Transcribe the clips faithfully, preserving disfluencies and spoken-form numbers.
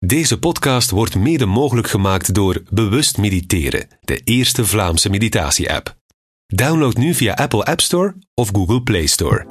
Deze podcast wordt mede mogelijk gemaakt door Bewust Mediteren, de eerste Vlaamse meditatie-app. Download nu via Apple App Store of Google Play Store.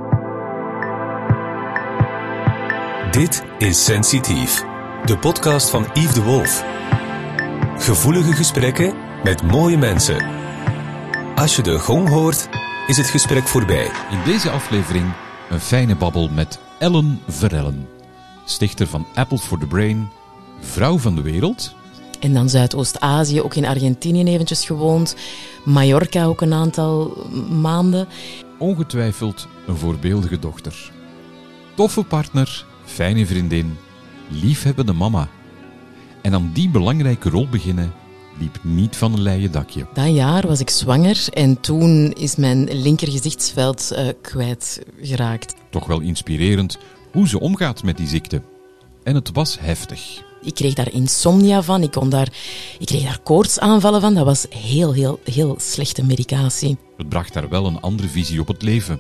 Dit is Sensitief, de podcast van Yves de Wolf. Gevoelige gesprekken met mooie mensen. Als je de gong hoort, is het gesprek voorbij. In deze aflevering een fijne babbel met Ellen Verellen. Stichter van Apple for the Brain, vrouw van de wereld. En dan Zuidoost-Azië, ook in Argentinië eventjes gewoond. Mallorca ook een aantal maanden. Ongetwijfeld een voorbeeldige dochter. Toffe partner, fijne vriendin, liefhebbende mama. En aan die belangrijke rol beginnen liep niet van een leien dakje. Dat jaar was ik zwanger en toen is mijn linkergezichtsveld uh, kwijtgeraakt. Toch wel inspirerend hoe ze omgaat met die ziekte. En het was heftig. Ik kreeg daar insomnia van, ik, kon daar, ik kreeg daar koortsaanvallen van. Dat was heel, heel, heel slechte medicatie. Het bracht haar wel een andere visie op het leven.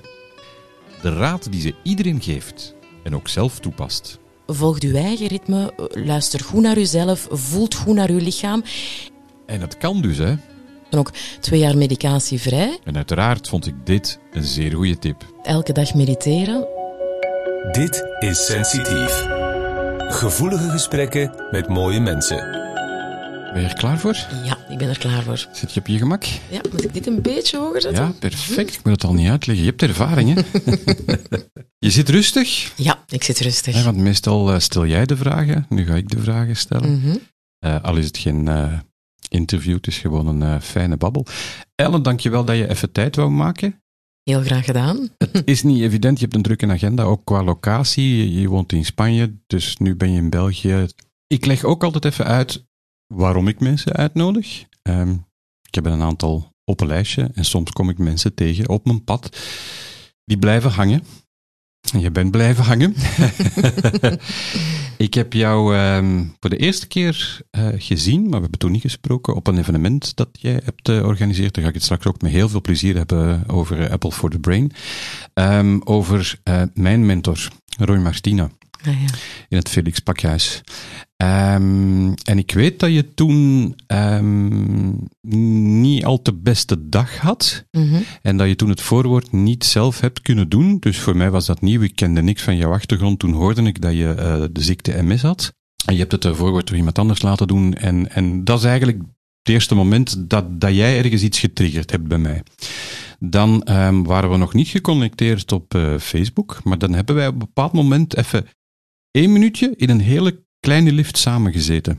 De raad die ze iedereen geeft en ook zelf toepast. Volg uw eigen ritme, luister goed naar uzelf, voelt goed naar uw lichaam. En het kan dus, hè? En ook twee jaar medicatievrij. En uiteraard vond ik dit een zeer goede tip. Elke dag mediteren. Dit is Sensitief. Gevoelige gesprekken met mooie mensen. Ben je er klaar voor? Ja, ik ben er klaar voor. Zit je op je gemak? Ja, moet ik dit een beetje hoger zetten? Ja, perfect. Ik moet het al niet uitleggen. Je hebt ervaring, hè? Je zit rustig? Ja, ik zit rustig. Ja, want meestal uh, stel jij de vragen. Nu ga ik de vragen stellen. Mm-hmm. Uh, al is het geen uh, interview, het is gewoon een uh, fijne babbel. Ellen, dankjewel dat je even tijd wou maken. Heel graag gedaan. Het is niet evident, je hebt een drukke agenda, ook qua locatie. Je, je woont in Spanje, dus nu ben je in België. Ik leg ook altijd even uit waarom ik mensen uitnodig. Um, ik heb een aantal op een lijstje en soms kom ik mensen tegen op mijn pad. Die blijven hangen. Je bent blijven hangen. Ik heb jou um, voor de eerste keer uh, gezien, maar we hebben toen niet gesproken, op een evenement dat jij hebt uh, georganiseerd. Daar ga ik het straks ook met heel veel plezier hebben over uh, Apple for the Brain. Um, over uh, mijn mentor, Roy Martina, ah, ja. in het Felix Pakhuis. Um, en ik weet dat je toen um, niet al te beste dag had. Mm-hmm. En dat je toen het voorwoord niet zelf hebt kunnen doen. Dus voor mij was dat nieuw. Ik kende niks van jouw achtergrond. Toen hoorde ik dat je uh, de ziekte M S had. En je hebt het uh, voorwoord door iemand anders laten doen. En, en dat is eigenlijk het eerste moment dat, dat jij ergens iets getriggerd hebt bij mij. Dan um, waren we nog niet geconnecteerd op uh, Facebook. Maar dan hebben wij op een bepaald moment even één minuutje in een hele kleine lift samengezeten.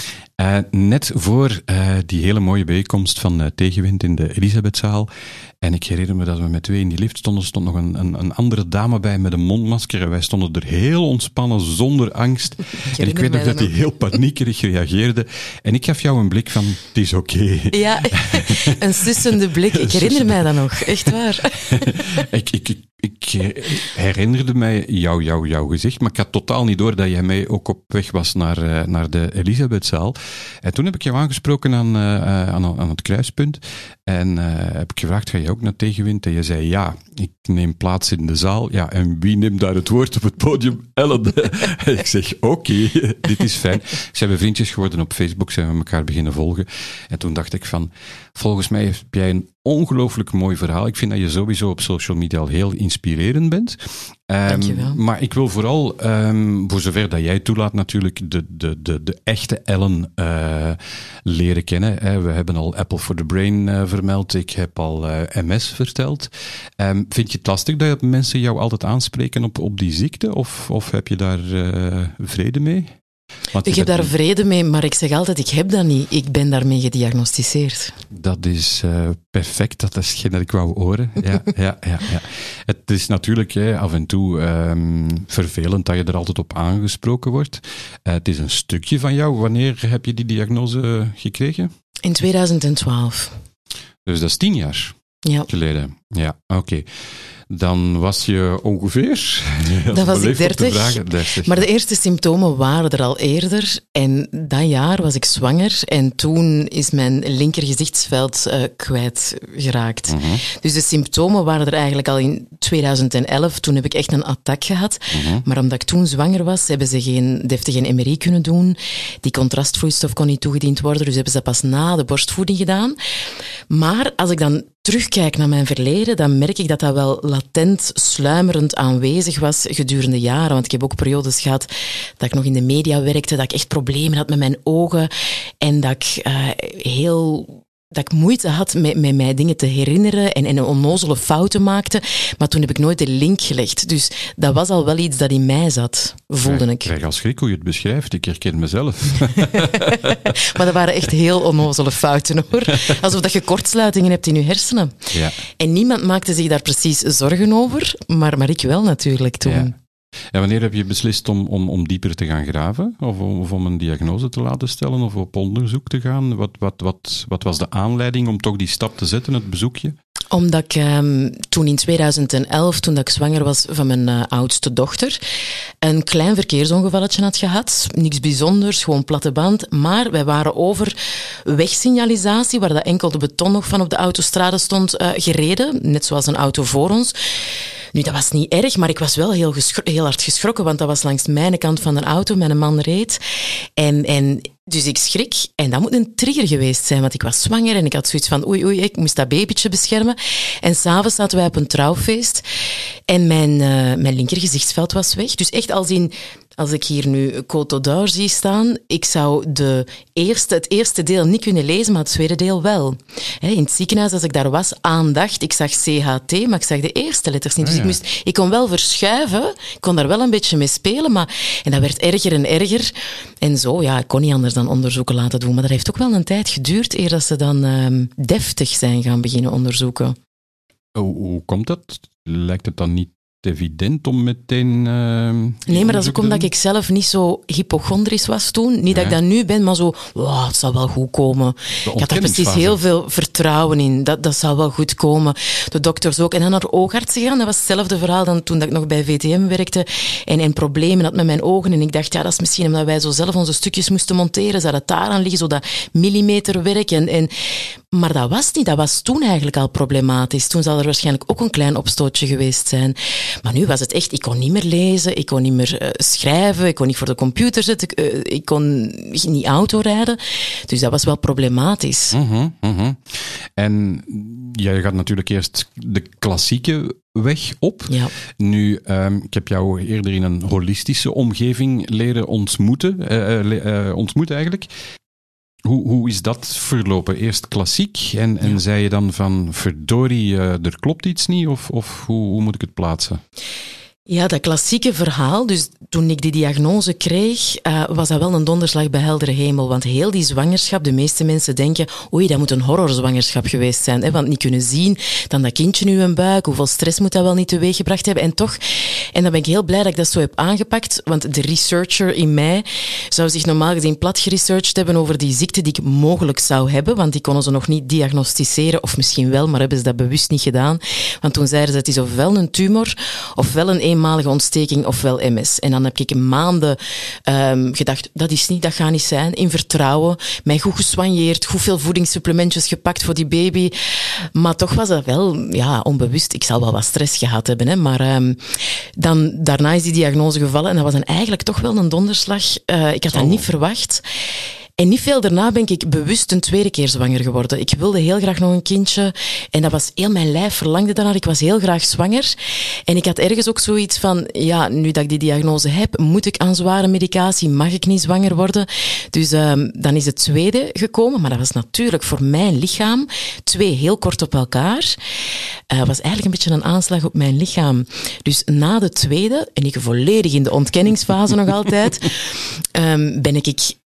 Uh, net voor uh, die hele mooie bijeenkomst van uh, Tegenwind in de Elisabethzaal. En ik herinner me dat we met twee in die lift stonden. Er stond nog een, een, een andere dame bij met een mondmasker. En wij stonden er heel ontspannen, zonder angst. Ik en ik weet nog dat hij heel paniekerig reageerde. En ik gaf jou een blik van, het is oké. Okay. Ja, een sussende blik. Ik herinner mij dat nog, echt waar. ik, ik, ik, ik herinnerde mij jou, jou, jouw gezicht, maar ik had totaal niet door dat jij mij ook op weg was naar, uh, naar de Elisabethzaal. En toen heb ik jou aangesproken aan, uh, aan, aan het kruispunt. En uh, heb ik gevraagd, ga je ook naar Tegenwind? En je zei, ja, ik neem plaats in de zaal. Ja, en wie neemt daar het woord op het podium? Ellen. En ik zeg, oké, okay, dit is fijn. Zijn we vriendjes geworden op Facebook, zijn we elkaar beginnen volgen. En toen dacht ik van, volgens mij heb jij een ongelooflijk mooi verhaal. Ik vind dat je sowieso op social media al heel inspirerend bent. Um, Dankjewel. Maar ik wil vooral, um, voor zover dat jij toelaat natuurlijk, de, de, de, de echte Ellen uh, leren kennen. Uh, we hebben al Apple for the Brain uh, vermeld. Ik heb al uh, M S verteld. Um, vind je het lastig dat mensen jou altijd aanspreken op, op die ziekte? Of, of heb je daar uh, vrede mee? Want ik heb daar vrede mee, maar ik zeg altijd, ik heb dat niet. Ik ben daarmee gediagnosticeerd. Dat is uh, perfect, dat is geen dat ik wou horen. Ja, ja, ja, ja. Het is natuurlijk hè, af en toe um, vervelend dat je er altijd op aangesproken wordt. Uh, het is een stukje van jou. Wanneer heb je die diagnose gekregen? In tweeduizend twaalf. Dus dat is tien jaar. Ja. geleden. Ja, oké. Okay. Dan was je ongeveer... Dan was ik dertig, dertig. Maar de eerste symptomen waren er al eerder. En dat jaar was ik zwanger en toen is mijn linker gezichtsveld uh, kwijtgeraakt. Mm-hmm. Dus de symptomen waren er eigenlijk al in tweeduizend elf. Toen heb ik echt een attack gehad. Mm-hmm. Maar omdat ik toen zwanger was, hebben ze geen deftige M R I kunnen doen. Die contrastvloeistof kon niet toegediend worden, dus hebben ze dat pas na de borstvoeding gedaan. Maar als ik dan terugkijk naar mijn verleden, dan merk ik dat dat wel latent, sluimerend aanwezig was gedurende jaren. Want ik heb ook periodes gehad dat ik nog in de media werkte, dat ik echt problemen had met mijn ogen en dat ik uh, heel... dat ik moeite had met, met mij dingen te herinneren en, en een onnozele fouten maakte. Maar toen heb ik nooit de link gelegd. Dus dat was al wel iets dat in mij zat, voelde ik. Ik krijg al schrik hoe je het beschrijft. Ik herken mezelf. Maar dat waren echt heel onnozele fouten, hoor. Alsof dat je kortsluitingen hebt in je hersenen. Ja. En niemand maakte zich daar precies zorgen over, maar, maar ik wel natuurlijk toen. Ja. En wanneer heb je beslist om, om, om dieper te gaan graven? Of, of om een diagnose te laten stellen? Of op onderzoek te gaan? Wat, wat, wat, wat was de aanleiding om toch die stap te zetten, het bezoekje? Omdat ik um, toen in tweeduizend elf, toen dat ik zwanger was van mijn uh, oudste dochter, een klein verkeersongevalletje had gehad. Niks bijzonders, gewoon platte band. Maar wij waren over wegsignalisatie, waar dat enkel de beton nog van op de autostrade stond, uh, gereden. Net zoals een auto voor ons. Nu, dat was niet erg, maar ik was wel heel, geschro- heel hard geschrokken, want dat was langs mijn kant van de auto, mijn man reed. En, en dus ik schrik, en dat moet een trigger geweest zijn, want ik was zwanger en ik had zoiets van oei, oei, ik moest dat babytje beschermen. En s'avonds zaten wij op een trouwfeest en mijn, uh, mijn linker gezichtsveld was weg. Dus echt als in... Als ik hier nu Côte d'Or zie staan, ik zou de eerste, het eerste deel niet kunnen lezen, maar het tweede deel wel. He, in het ziekenhuis, als ik daar was, aandacht, ik zag C H T, maar ik zag de eerste letters niet. Dus ah, ja. ik, moest, ik kon wel verschuiven, ik kon daar wel een beetje mee spelen, maar en dat werd erger en erger. En zo, ja, ik kon niet anders dan onderzoeken laten doen. Maar dat heeft ook wel een tijd geduurd, eer dat ze dan um, deftig zijn gaan beginnen onderzoeken. Hoe, hoe komt dat? Lijkt het dan niet evident om meteen... Uh, nee, maar dat is ook omdat ik zelf niet zo hypochondrisch was toen. Niet ja. dat ik dat nu ben, maar zo... Wow, het zal wel goed komen. Ik had daar precies heel veel vertrouwen in. Dat, dat zal wel goed komen. De dokters ook. En dan naar de oogarts gegaan. Dat was hetzelfde verhaal dan toen dat ik nog bij V T M werkte. En, en problemen had met mijn ogen. En ik dacht, ja, dat is misschien omdat wij zo zelf onze stukjes moesten monteren. Zou dat daaraan liggen? Zo dat millimeterwerk. En, en, maar dat was niet. Dat was toen eigenlijk al problematisch. Toen zal er waarschijnlijk ook een klein opstootje geweest zijn. Maar nu was het echt, ik kon niet meer lezen, ik kon niet meer uh, schrijven, ik kon niet voor de computer zitten, ik, uh, ik kon niet autorijden. Dus dat was wel problematisch. Mm-hmm, mm-hmm. En ja, je gaat natuurlijk eerst de klassieke weg op. Ja. Nu, um, ik heb jou eerder in een holistische omgeving leren ontmoeten, uh, uh, uh, ontmoeten eigenlijk. Hoe, hoe is dat verlopen? Eerst klassiek en, en ja. zei je dan van verdorie, uh, er klopt iets niet? Of, of hoe, hoe moet ik het plaatsen? Ja, dat klassieke verhaal. Dus toen ik die diagnose kreeg, uh, was dat wel een donderslag bij heldere hemel. Want heel die zwangerschap, de meeste mensen denken, oei, dat moet een horrorzwangerschap geweest zijn. Hè? Want niet kunnen zien, dan dat kindje nu in buik, hoeveel stress moet dat wel niet teweeggebracht hebben. En toch, en dan ben ik heel blij dat ik dat zo heb aangepakt, want de researcher in mij zou zich normaal gezien plat geresearched hebben over die ziekte die ik mogelijk zou hebben, want die konden ze nog niet diagnosticeren, of misschien wel, maar hebben ze dat bewust niet gedaan. Want toen zeiden ze, het is ofwel een tumor, ofwel een eenmalige ontsteking, ofwel M S. En dan heb ik maanden um, gedacht, dat is niet, dat gaat niet zijn, in vertrouwen, mij goed gesoigneerd, goed veel voedingssupplementjes gepakt voor die baby, maar toch was dat wel, ja, onbewust. Ik zal wel wat stress gehad hebben, hè, maar um, dan, daarna is die diagnose gevallen en dat was dan eigenlijk toch wel een donderslag. Uh, ik had dat oh. niet verwacht. En niet veel daarna ben ik bewust een tweede keer zwanger geworden. Ik wilde heel graag nog een kindje. En dat was heel mijn lijf verlangde daarnaar. Ik was heel graag zwanger. En ik had ergens ook zoiets van, ja, nu dat ik die diagnose heb, moet ik aan zware medicatie, mag ik niet zwanger worden. Dus um, dan is het tweede gekomen. Maar dat was natuurlijk voor mijn lichaam, twee heel kort op elkaar, uh, was eigenlijk een beetje een aanslag op mijn lichaam. Dus na de tweede, en ik volledig in de ontkenningsfase nog altijd, um, ben ik...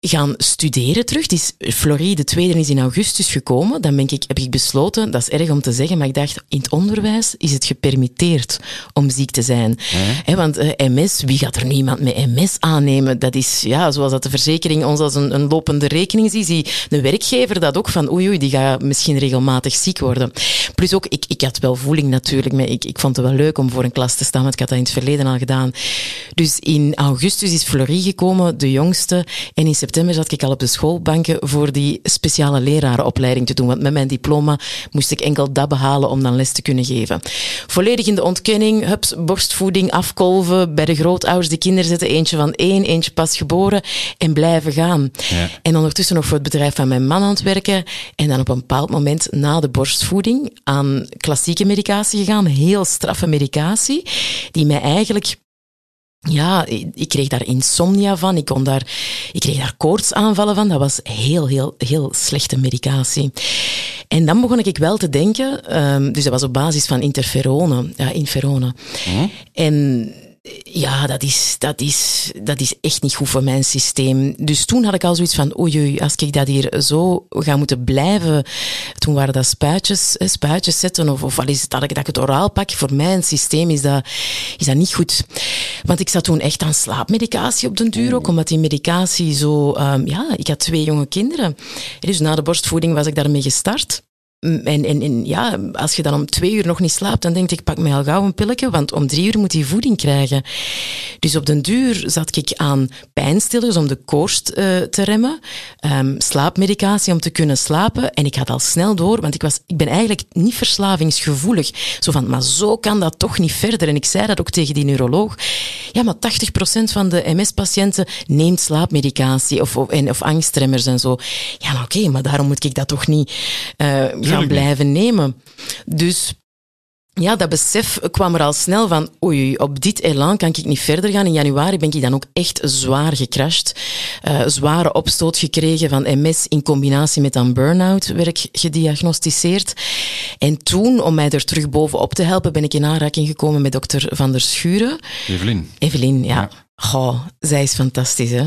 gaan studeren terug. Het is Floride, de tweede is in augustus gekomen. Dan ben ik, heb ik besloten, dat is erg om te zeggen, maar ik dacht, in het onderwijs is het gepermitteerd om ziek te zijn. Ja. He, want uh, M S, wie gaat er nu iemand met M S aannemen? Dat is, ja, zoals dat de verzekering ons als een, een lopende rekening ziet, zie de werkgever dat ook van, oei oei, die gaat misschien regelmatig ziek worden. Plus ook, ik, ik had wel voeling natuurlijk, maar ik, ik vond het wel leuk om voor een klas te staan, want ik had dat in het verleden al gedaan. Dus in augustus is Floride gekomen, de jongste, en in september zat ik al op de schoolbanken voor die speciale lerarenopleiding te doen, want met mijn diploma moest ik enkel dat behalen om dan les te kunnen geven. Volledig in de ontkenning, hups, borstvoeding, afkolven, bij de grootouders de kinderen zetten, eentje van één, eentje pas geboren, en blijven gaan. Ja. En ondertussen nog voor het bedrijf van mijn man aan het werken, en dan op een bepaald moment na de borstvoeding aan klassieke medicatie gegaan, heel straffe medicatie, die mij eigenlijk... Ja, ik kreeg daar insomnia van, ik, kon daar, ik kreeg daar koortsaanvallen van. Dat was heel, heel, heel slechte medicatie. En dan begon ik wel te denken, um, dus dat was op basis van interferone, ja, interferone. Hm? En ja, dat is, dat, is, dat is echt niet goed voor mijn systeem. Dus toen had ik al zoiets van, oei, oei, als ik dat hier zo ga moeten blijven... Toen waren dat spuitjes, spuitjes zetten, of, of al is het dat ik, dat ik het oraal pak. Voor mijn systeem is dat, is dat niet goed. Want ik zat toen echt aan slaapmedicatie op den duur ook, omdat die medicatie zo... Um, ja, ik had twee jonge kinderen. Dus na de borstvoeding was ik daarmee gestart. En, en, en ja, als je dan om twee uur nog niet slaapt, dan denk ik, pak mij al gauw een pilletje, want om drie uur moet hij voeding krijgen. Dus op den duur zat ik aan pijnstillers om de koorts uh, te remmen, um, slaapmedicatie om te kunnen slapen, en ik had al snel door, want ik, was, ik ben eigenlijk niet verslavingsgevoelig. Zo van, maar zo kan dat toch niet verder. En ik zei dat ook tegen die neuroloog. Ja, maar tachtig procent van de M S-patiënten neemt slaapmedicatie of, of, en, of angstremmers en zo. Ja, maar oké, okay, maar daarom moet ik dat toch niet... Uh, gaan blijven nemen. Dus ja, dat besef kwam er al snel van, oei, op dit elan kan ik niet verder gaan. In januari ben ik dan ook echt zwaar gecrashed. Uh, zware opstoot gekregen van M S in combinatie met dan burn-out, werd ik gediagnosticeerd. En toen, om mij er terug bovenop te helpen, ben ik in aanraking gekomen met dokter Van der Schuren. Evelien. Evelien, ja. ja. Goh, zij is fantastisch, hè.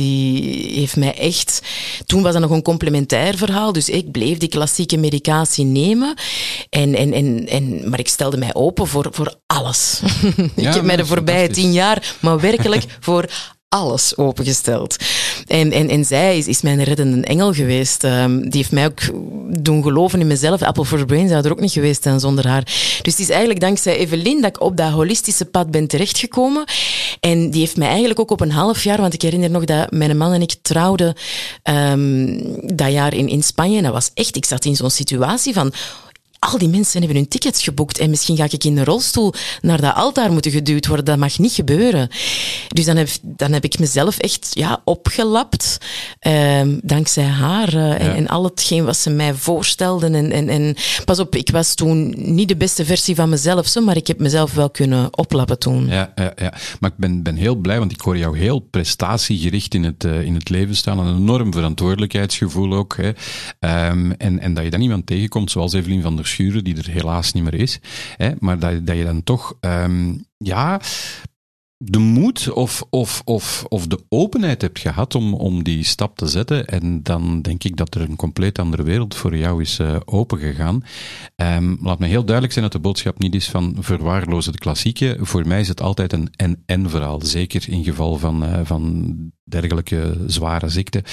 Die heeft mij echt... Toen was dat nog een complementair verhaal, dus ik bleef die klassieke medicatie nemen. En, en, en, en, maar ik stelde mij open voor, voor alles. Ja, ik heb mij de voorbije tien jaar, maar werkelijk voor alles opengesteld. En, en, en zij is, is mijn reddende engel geweest. Um, die heeft mij ook doen geloven in mezelf. Apple for the Brain zou er ook niet geweest zijn zonder haar. Dus het is eigenlijk dankzij Evelien dat ik op dat holistische pad ben terechtgekomen. En die heeft mij eigenlijk ook op een half jaar, want ik herinner nog dat mijn man en ik trouwden um, dat jaar in, in Spanje. En dat was echt, ik zat in zo'n situatie van... Al die mensen hebben hun tickets geboekt en misschien ga ik in een rolstoel naar dat altaar moeten geduwd worden. Dat mag niet gebeuren. Dus dan heb, dan heb ik mezelf echt ja, opgelapt, eh, dankzij haar uh, ja. en, en al hetgeen wat ze mij voorstelden. En, en, en pas op, ik was toen niet de beste versie van mezelf, zo, maar ik heb mezelf wel kunnen oplappen toen. Ja, ja, ja. Maar ik ben, ben heel blij, want ik hoor jou heel prestatiegericht in het, uh, in het leven staan. Een enorm verantwoordelijkheidsgevoel ook. Hè. Um, en, en dat je dan iemand tegenkomt, zoals Evelien van der Schuren, die er helaas niet meer is. Hè, maar dat, dat je dan toch, um, ja, de moed of, of, of, of de openheid hebt gehad om, om die stap te zetten. En dan denk ik dat er een compleet andere wereld voor jou is uh, opengegaan. Um, laat me heel duidelijk zijn dat de boodschap niet is van verwaarlozen de klassieke. Voor mij is het altijd een en-en verhaal. Zeker in geval van, uh, van dergelijke zware ziekte.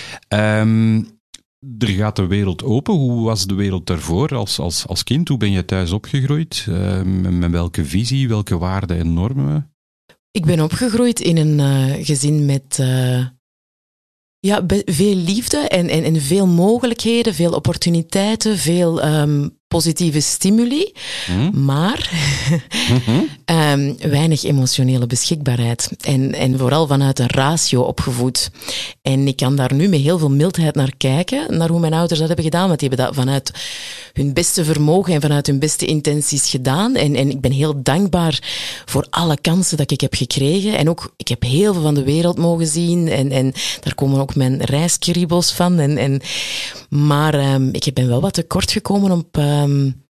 Um, Er gaat de wereld open. Hoe was de wereld daarvoor als, als, als kind? Hoe ben je thuis opgegroeid? Uh, met welke visie, welke waarden en normen? Ik ben opgegroeid in een uh, gezin met uh, ja, be- veel liefde en, en, en veel mogelijkheden, veel opportuniteiten, veel um, positieve stimuli, mm. maar mm-hmm. um, weinig emotionele beschikbaarheid. En, en vooral vanuit een ratio opgevoed. En ik kan daar nu met heel veel mildheid naar kijken, naar hoe mijn ouders dat hebben gedaan, want die hebben dat vanuit hun beste vermogen en vanuit hun beste intenties gedaan. En, en ik ben heel dankbaar voor alle kansen dat ik heb gekregen. En ook, ik heb heel veel van de wereld mogen zien. En, en daar komen ook mijn reiskriebels van. En, en, maar um, ik ben wel wat tekort gekomen op... Um,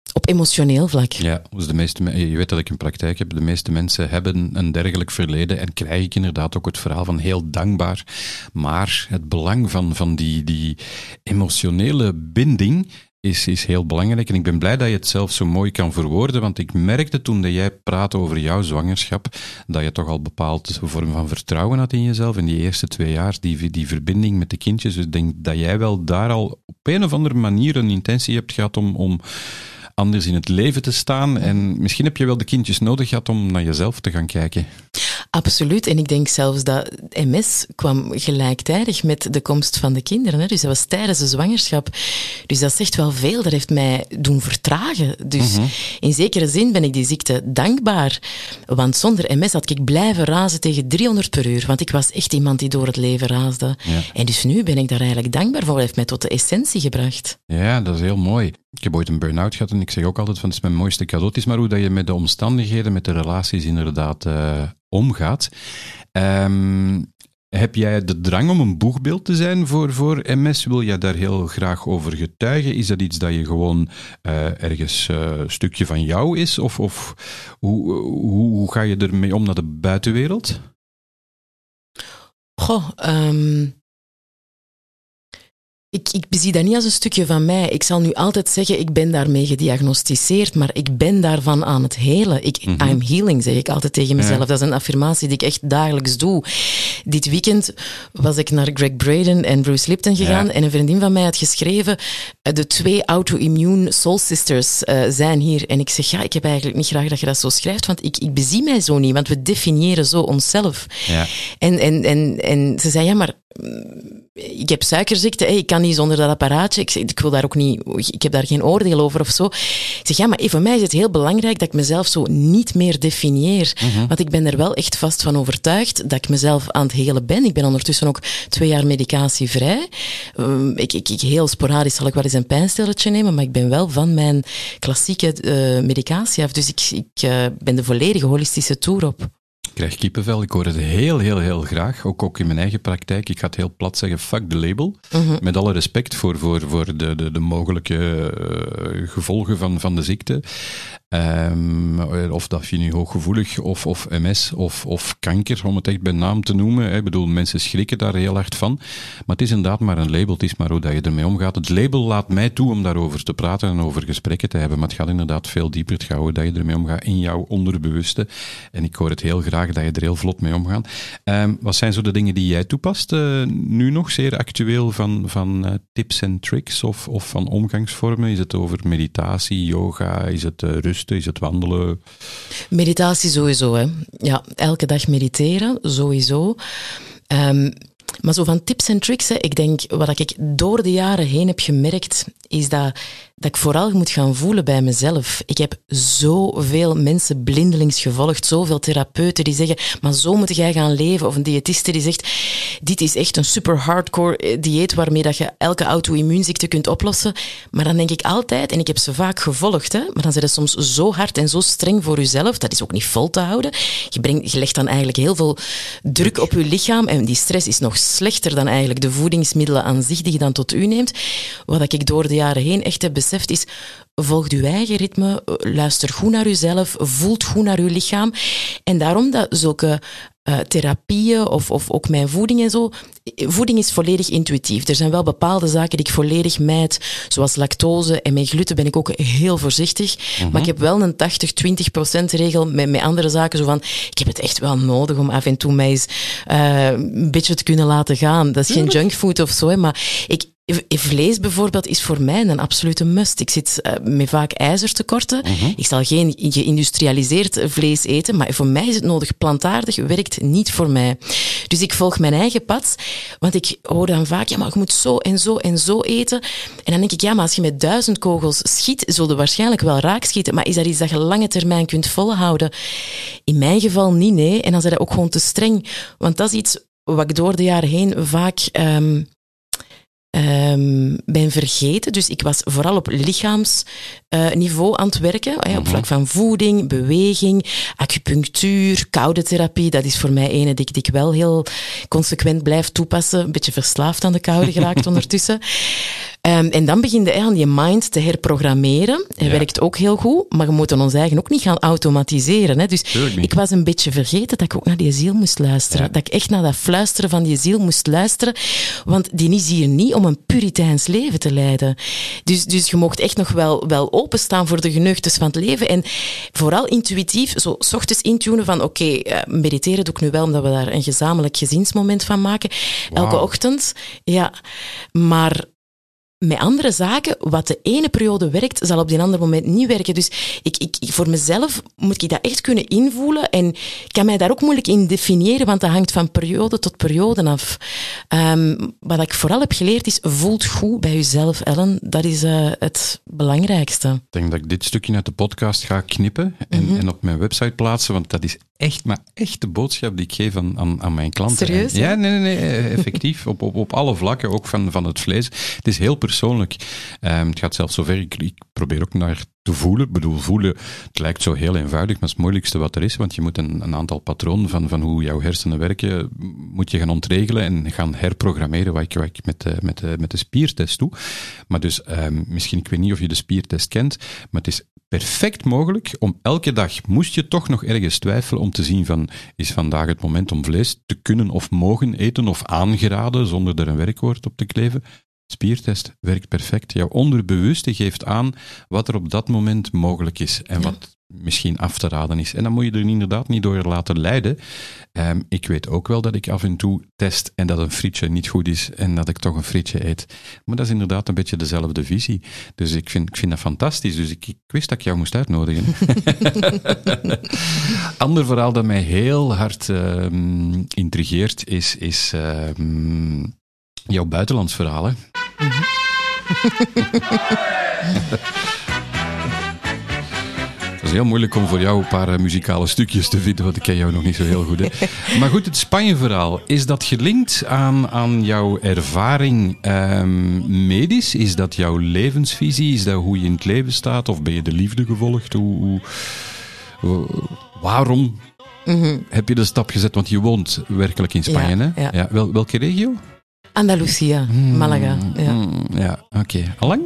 Op emotioneel vlak. Ja, dus de meeste, je weet dat ik een praktijk heb. De meeste mensen hebben een dergelijk verleden en krijg ik inderdaad ook het verhaal van heel dankbaar. Maar het belang van, van die, die emotionele binding is, is heel belangrijk. En ik ben blij dat je het zelf zo mooi kan verwoorden, want ik merkte toen dat jij praatte over jouw zwangerschap, dat je toch al een bepaald vorm van vertrouwen had in jezelf in die eerste twee jaar, die, die verbinding met de kindjes. Dus ik denk dat jij wel daar al op een of andere manier een intentie hebt gehad om... om anders in het leven te staan. En misschien heb je wel de kindjes nodig gehad om naar jezelf te gaan kijken. Absoluut. En ik denk zelfs dat M S kwam gelijktijdig met de komst van de kinderen. Hè. Dus dat was tijdens de zwangerschap. Dus dat zegt wel veel. Dat heeft mij doen vertragen. Dus mm-hmm. in zekere zin ben ik die ziekte dankbaar. Want zonder M S had ik blijven razen tegen driehonderd per uur. Want ik was echt iemand die door het leven raasde. Ja. En dus nu ben ik daar eigenlijk dankbaar voor. Dat heeft mij tot de essentie gebracht. Ja, dat is heel mooi. Ik heb ooit een burn-out gehad en ik zeg ook altijd van het is mijn mooiste cadeau. Het is maar hoe dat je met de omstandigheden, met de relaties inderdaad uh, omgaat. Um, heb jij de drang om een boegbeeld te zijn voor, voor M S? Wil jij daar heel graag over getuigen? Is dat iets dat je gewoon uh, ergens uh, een stukje van jou is? Of, of hoe, hoe, hoe ga je ermee om naar de buitenwereld? Goh, um... Ik, ik bezie dat niet als een stukje van mij. Ik zal nu altijd zeggen, ik ben daarmee gediagnosticeerd, maar ik ben daarvan aan het helen. Ik, mm-hmm. I'm healing, zeg ik altijd tegen mezelf. Ja. Dat is een affirmatie die ik echt dagelijks doe. Dit weekend was ik naar Greg Braden en Bruce Lipton gegaan ja. en een vriendin van mij had geschreven, de twee auto-immune soul sisters uh, zijn hier. En ik zeg, ja, ik heb eigenlijk niet graag dat je dat zo schrijft, want ik, ik bezie mij zo niet, want we definiëren zo onszelf. Ja. En, en, en, en ze zei, ja, maar ik heb suikerziekte, ik kan niet zonder dat apparaatje. Ik, zeg, ik wil daar ook niet, ik heb daar geen oordeel over of zo. Ik zeg, ja, maar voor mij is het heel belangrijk dat ik mezelf zo niet meer definieer. Mm-hmm. Want ik ben er wel echt vast van overtuigd dat ik mezelf aan het helen ben. Ik ben ondertussen ook twee jaar medicatievrij. Um, ik, ik, ik, heel sporadisch zal ik wel eens een pijnstilletje nemen, maar ik ben wel van mijn klassieke uh, medicatie af. Dus ik, ik uh, ben de volledige holistische tour op. Ik krijg kippenvel, ik hoor het heel, heel, heel graag. Ook, ook in mijn eigen praktijk. Ik ga het heel plat zeggen, fuck the label. Mm-hmm. Met alle respect voor, voor, voor de, de, de mogelijke uh, gevolgen van, van de ziekte. Um, of dat je nu hooggevoelig of, of M S of, of kanker, om het echt bij naam te noemen. Ik bedoel, mensen schrikken daar heel hard van. Maar het is inderdaad maar een label, het is maar hoe dat je ermee omgaat. Het label laat mij toe om daarover te praten en over gesprekken te hebben. Maar het gaat inderdaad veel dieper. Het gaat hoe dat je ermee omgaat in jouw onderbewuste. En ik hoor het heel graag dat je er heel vlot mee omgaat. Um, wat zijn zo de dingen die jij toepast uh, nu nog zeer actueel van, van uh, tips en tricks of, of van omgangsvormen? Is het over meditatie, yoga, is het uh, rusten, is het wandelen? Meditatie sowieso, hè. Ja, elke dag mediteren, sowieso. Um, maar zo van tips en tricks, hè. Ik denk, wat ik door de jaren heen heb gemerkt, is dat, dat ik vooral moet gaan voelen bij mezelf. Ik heb zoveel mensen blindelings gevolgd, zoveel therapeuten die zeggen, maar zo moet jij gaan leven, of een diëtiste die zegt, dit is echt een super hardcore dieet waarmee dat je elke auto-immuunziekte kunt oplossen. Maar dan denk ik altijd, en ik heb ze vaak gevolgd, hè, maar dan zijn ze soms zo hard en zo streng voor jezelf, dat is ook niet vol te houden. Je, brengt, je legt dan eigenlijk heel veel druk op je lichaam en die stress is nog slechter dan eigenlijk de voedingsmiddelen aan zich die je dan tot u neemt. Wat ik door de jaren heen echt heb beseft is, volg je eigen ritme, luister goed naar jezelf, voelt goed naar je lichaam. En daarom dat zulke uh, therapieën of, of ook mijn voeding en zo, voeding is volledig intuïtief. Er zijn wel bepaalde zaken die ik volledig mijd, zoals lactose en met gluten ben ik ook heel voorzichtig. Mm-hmm. Maar ik heb wel een tachtig twintig procent regel met, met andere zaken, zo van, ik heb het echt wel nodig om af en toe mij eens uh, een beetje te kunnen laten gaan. Dat is geen junkfood of zo, hè, maar ik vlees bijvoorbeeld is voor mij een absolute must. Ik zit uh, met vaak ijzertekorten. Mm-hmm. Ik zal geen geïndustrialiseerd vlees eten, maar voor mij is het nodig. Plantaardig werkt niet voor mij. Dus ik volg mijn eigen pad, want ik hoor dan vaak, ja, maar je moet zo en zo en zo eten. En dan denk ik, ja, maar als je met duizend kogels schiet, zul je waarschijnlijk wel raak schieten, maar is dat iets dat je lange termijn kunt volhouden? In mijn geval niet, nee. En dan zijn dat ook gewoon te streng. Want dat is iets wat ik door de jaren heen vaak Um, Um, ben vergeten. Dus ik was vooral op lichaamsniveau uh, aan het werken. Uh, op vlak van voeding, beweging, acupunctuur, koude therapie. Dat is voor mij ene die, die ik wel heel consequent blijf toepassen. Een beetje verslaafd aan de koude geraakt ondertussen. Um, en dan begin je aan je mind te herprogrammeren. Hij Ja. werkt ook heel goed, maar we moeten ons eigen ook niet gaan automatiseren. Hè. Dus Tuurlijk niet. ik was een beetje vergeten dat ik ook naar die ziel moest luisteren. Ja. Dat ik echt naar dat fluisteren van die ziel moest luisteren. Want die is hier niet om een puriteins leven te leiden. Dus, dus je mocht echt nog wel, wel openstaan voor de geneugtes van het leven. En vooral intuïtief, zo 's ochtends intunen van oké, okay, uh, mediteren doe ik nu wel, omdat we daar een gezamenlijk gezinsmoment van maken. Elke Wauw. ochtend. Ja, maar met andere zaken, wat de ene periode werkt, zal op die andere moment niet werken. Dus ik, ik, ik, voor mezelf moet ik dat echt kunnen invoelen en kan mij daar ook moeilijk in definiëren, want dat hangt van periode tot periode af. Um, wat ik vooral heb geleerd is, voelt goed bij jezelf, Ellen. Dat is uh, het belangrijkste. Ik denk dat ik dit stukje uit de podcast ga knippen en, Mhm. en op mijn website plaatsen, want dat is echt, maar echt de boodschap die ik geef aan, aan, aan mijn klanten. Serieus, En, ja, hè? nee, nee, nee, effectief. op, op, op alle vlakken, ook van, van het vlees. Het is heel persoonlijk. Um, het gaat zelfs zover, ik, ik probeer ook naar te voelen. Ik bedoel, voelen, het lijkt zo heel eenvoudig, maar het is het moeilijkste wat er is, want je moet een, een aantal patronen van, van hoe jouw hersenen werken, moet je gaan ontregelen en gaan herprogrammeren, wat ik, wat ik met, de, met, de, met de spiertest doe. Maar dus, um, misschien, ik weet niet of je de spiertest kent, maar het is perfect mogelijk om elke dag, moest je toch nog ergens twijfelen om te zien van, is vandaag het moment om vlees te kunnen of mogen eten of aangeraden, zonder er een werkwoord op te kleven. Spiertest werkt perfect. Jouw onderbewuste geeft aan wat er op dat moment mogelijk is en Ja. wat misschien af te raden is. En dan moet je er inderdaad niet door laten leiden. Um, ik weet ook wel dat ik af en toe test en dat een frietje niet goed is en dat ik toch een frietje eet. Maar dat is inderdaad een beetje dezelfde visie. Dus ik vind, ik vind dat fantastisch. Dus ik, ik wist dat ik jou moest uitnodigen. Ander verhaal dat mij heel hard um, intrigeert is, is um, jouw buitenlandsverhaal, hè? Mm-hmm. Het is heel moeilijk om voor jou een paar uh, muzikale stukjes te vinden, want ik ken jou nog niet zo heel goed. Hè? Maar goed, het Spanje-verhaal, is dat gelinkt aan, aan jouw ervaring um, medisch? Is dat jouw levensvisie? Is dat hoe je in het leven staat? Of ben je de liefde gevolgd? Hoe, hoe, hoe, waarom mm-hmm. heb je de stap gezet? Want je woont werkelijk in Spanje, ja, hè? Ja. Ja, wel, welke regio? Andalusia, Hmm, Malaga. Ja, hmm, ja oké. Okay. Allang?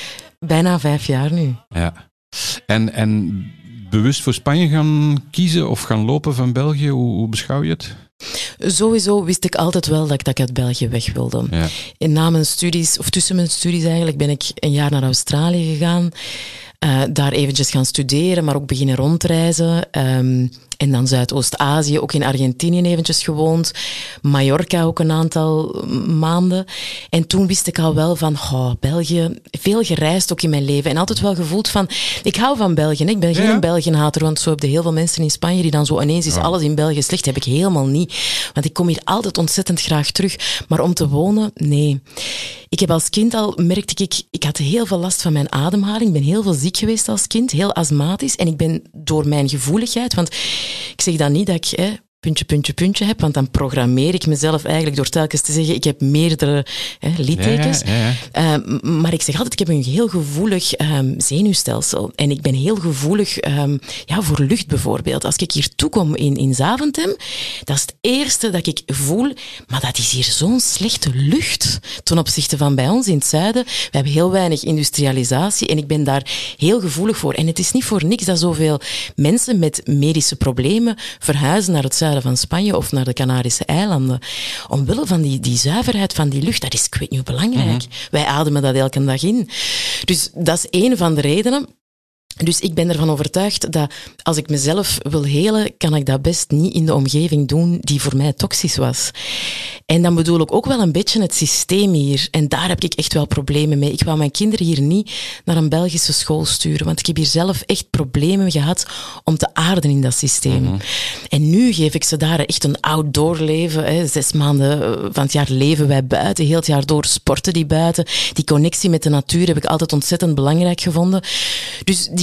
Bijna vijf jaar nu. Ja. En, en bewust voor Spanje gaan kiezen of gaan lopen van België, hoe, hoe beschouw je het? Sowieso wist ik altijd wel dat ik, dat ik uit België weg wilde. Ja. En na mijn studies, of tussen mijn studies eigenlijk, ben ik een jaar naar Australië gegaan. Uh, daar eventjes gaan studeren, maar ook beginnen rondreizen. Um, en dan Zuidoost-Azië, ook in Argentinië eventjes gewoond. Mallorca ook een aantal maanden. En toen wist ik al wel van, oh, België, veel gereisd ook in mijn leven. En altijd wel gevoeld van, ik hou van België. Ik ben geen ja. België-hater, want zo heb je heel veel mensen in Spanje die dan zo ineens is ja. alles in België slecht. Heb ik helemaal niet. Want ik kom hier altijd ontzettend graag terug. Maar om te wonen, nee. Ik heb als kind al, merkte ik, ik had heel veel last van mijn ademhaling. Ik ben heel veel ziek geweest als kind, heel astmatisch. En ik ben door mijn gevoeligheid, want ik zeg dan niet dat ik... Hè, puntje, puntje, puntje heb, want dan programmeer ik mezelf eigenlijk door telkens te zeggen, ik heb meerdere hè, littekens. Ja, ja, ja. Uh, maar ik zeg altijd, ik heb een heel gevoelig um, zenuwstelsel. En ik ben heel gevoelig um, ja, voor lucht bijvoorbeeld. Als ik hier toekom in, in Zaventem, dat is het eerste dat ik voel, maar dat is hier zo'n slechte lucht ten opzichte van bij ons in het zuiden. We hebben heel weinig industrialisatie en ik ben daar heel gevoelig voor. En het is niet voor niks dat zoveel mensen met medische problemen verhuizen naar het zuiden van Spanje of naar de Canarische eilanden. Omwille van die, die zuiverheid van die lucht, dat is, ik weet niet hoe belangrijk. Mm-hmm. Wij ademen dat elke dag in. Dus dat is één van de redenen. Dus ik ben ervan overtuigd dat als ik mezelf wil helen, kan ik dat best niet in de omgeving doen die voor mij toxisch was. En dan bedoel ik ook wel een beetje het systeem hier. En daar heb ik echt wel problemen mee. Ik wou mijn kinderen hier niet naar een Belgische school sturen, want ik heb hier zelf echt problemen gehad om te aarden in dat systeem. Mm-hmm. En nu geef ik ze daar echt een outdoor leven. Hè. Zes maanden van het jaar leven wij buiten, heel het jaar door sporten die buiten. Die connectie met de natuur heb ik altijd ontzettend belangrijk gevonden. Dus die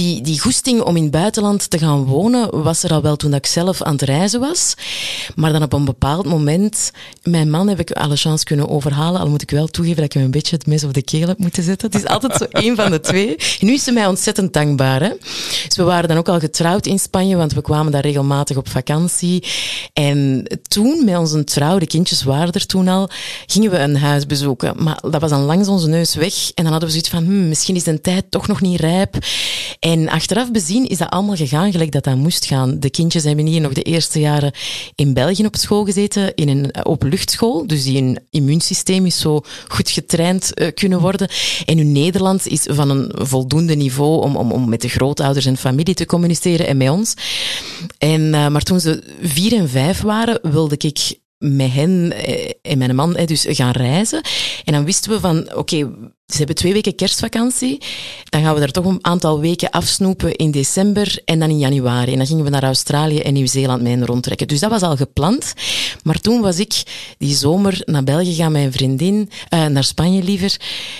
die, die goesting om in het buitenland te gaan wonen was er al wel toen ik zelf aan het reizen was. Maar dan op een bepaald moment, mijn man heb ik alle chance kunnen overhalen, al moet ik wel toegeven dat ik hem een beetje het mes op de keel heb moeten zetten. Het is altijd zo één van de twee. En nu is ze mij ontzettend dankbaar. Hè? Dus we waren dan ook al getrouwd in Spanje, want we kwamen daar regelmatig op vakantie. En toen, met onze trouw, de kindjes waren er toen al, gingen we een huis bezoeken. Maar dat was dan langs onze neus weg. En dan hadden we zoiets van, hmm, misschien is de tijd toch nog niet rijp. En achteraf bezien is dat allemaal gegaan gelijk dat dat moest gaan. De kindjes hebben hier nog de eerste jaren in België op school gezeten, in een openluchtschool. Dus die hun immuunsysteem is zo goed getraind uh, kunnen worden. En hun Nederlands is van een voldoende niveau om, om, om met de grootouders en familie te communiceren en met ons. En, uh, maar toen ze vier en vijf waren, wilde ik met hen en mijn man dus gaan reizen. En dan wisten we van, oké, okay, ze hebben twee weken kerstvakantie. Dan gaan we daar toch een aantal weken afsnoepen in december en dan in januari. En dan gingen we naar Australië en Nieuw-Zeeland mee rondtrekken. Dus dat was al gepland. Maar toen was ik die zomer naar België gaan met een vriendin, uh, naar Spanje liever.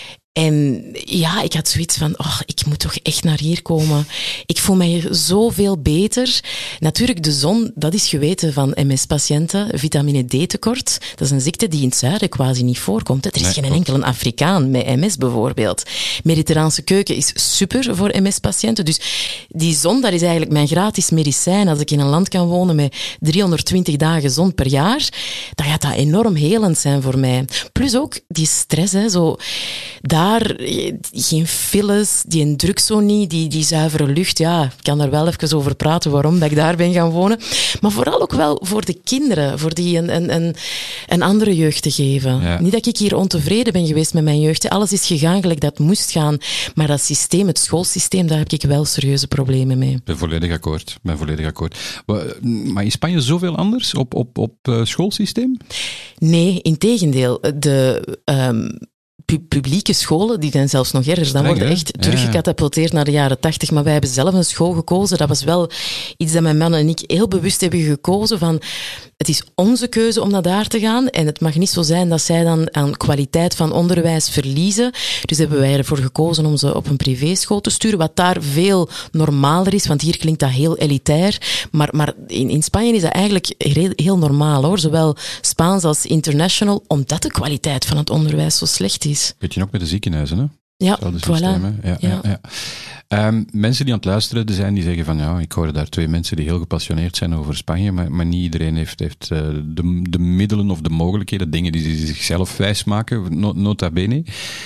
En ja, ik had zoiets van, oh, ik moet toch echt naar hier komen. Ik voel mij hier zoveel beter. Natuurlijk, de zon, dat is geweten van M S-patiënten. Vitamine D-tekort, dat is een ziekte die in het zuiden quasi niet voorkomt. Er is nee, geen enkele Afrikaan met M S bijvoorbeeld. Mediterraanse keuken is super voor M S-patiënten. Dus die zon, dat is eigenlijk mijn gratis medicijn. Als ik in een land kan wonen met driehonderdtwintig dagen zon per jaar, dan gaat dat enorm helend zijn voor mij. Plus ook die stress, hè, zo... Daar, geen files, die druk zo niet, die, die zuivere lucht. Ja, ik kan daar wel even over praten waarom dat ik daar ben gaan wonen. Maar vooral ook wel voor de kinderen, voor die een, een, een, een andere jeugd te geven. Ja. Niet dat ik hier ontevreden ben geweest met mijn jeugd. Alles is gegaan gelijk dat moest gaan. Maar dat systeem, het schoolsysteem, daar heb ik wel serieuze problemen mee. Ik ben volledig akkoord. Ben volledig akkoord. Maar in Spanje zoveel anders op, op, op uh, schoolsysteem? Nee, integendeel. De... Um, publieke scholen, die zijn zelfs nog erger. Dan worden echt ja. teruggecatapulteerd naar de jaren tachtig. Maar wij hebben zelf een school gekozen. Dat was wel iets dat mijn man en ik heel bewust hebben gekozen van... Het is onze keuze om naar daar te gaan. En het mag niet zo zijn dat zij dan aan kwaliteit van onderwijs verliezen. Dus hebben wij ervoor gekozen om ze op een privéschool te sturen. Wat daar veel normaler is. Want hier klinkt dat heel elitair. Maar, maar in, in Spanje is dat eigenlijk heel, heel normaal, hoor. Zowel Spaans als international. Omdat de kwaliteit van het onderwijs zo slecht is. Weet je nog met de ziekenhuizen, hè? Ja, voilà. Ja, ja. Ja, ja. Um, mensen die aan het luisteren zijn, die zeggen van ja, ik hoorde daar twee mensen die heel gepassioneerd zijn over Spanje, maar, maar niet iedereen heeft, heeft uh, de, de middelen of de mogelijkheden, dingen die ze zichzelf wijsmaken, nota bene.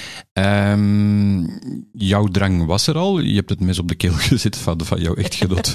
Um, jouw drang was er al. Je hebt het mes op de keel gezet van, van jouw echtgenoot.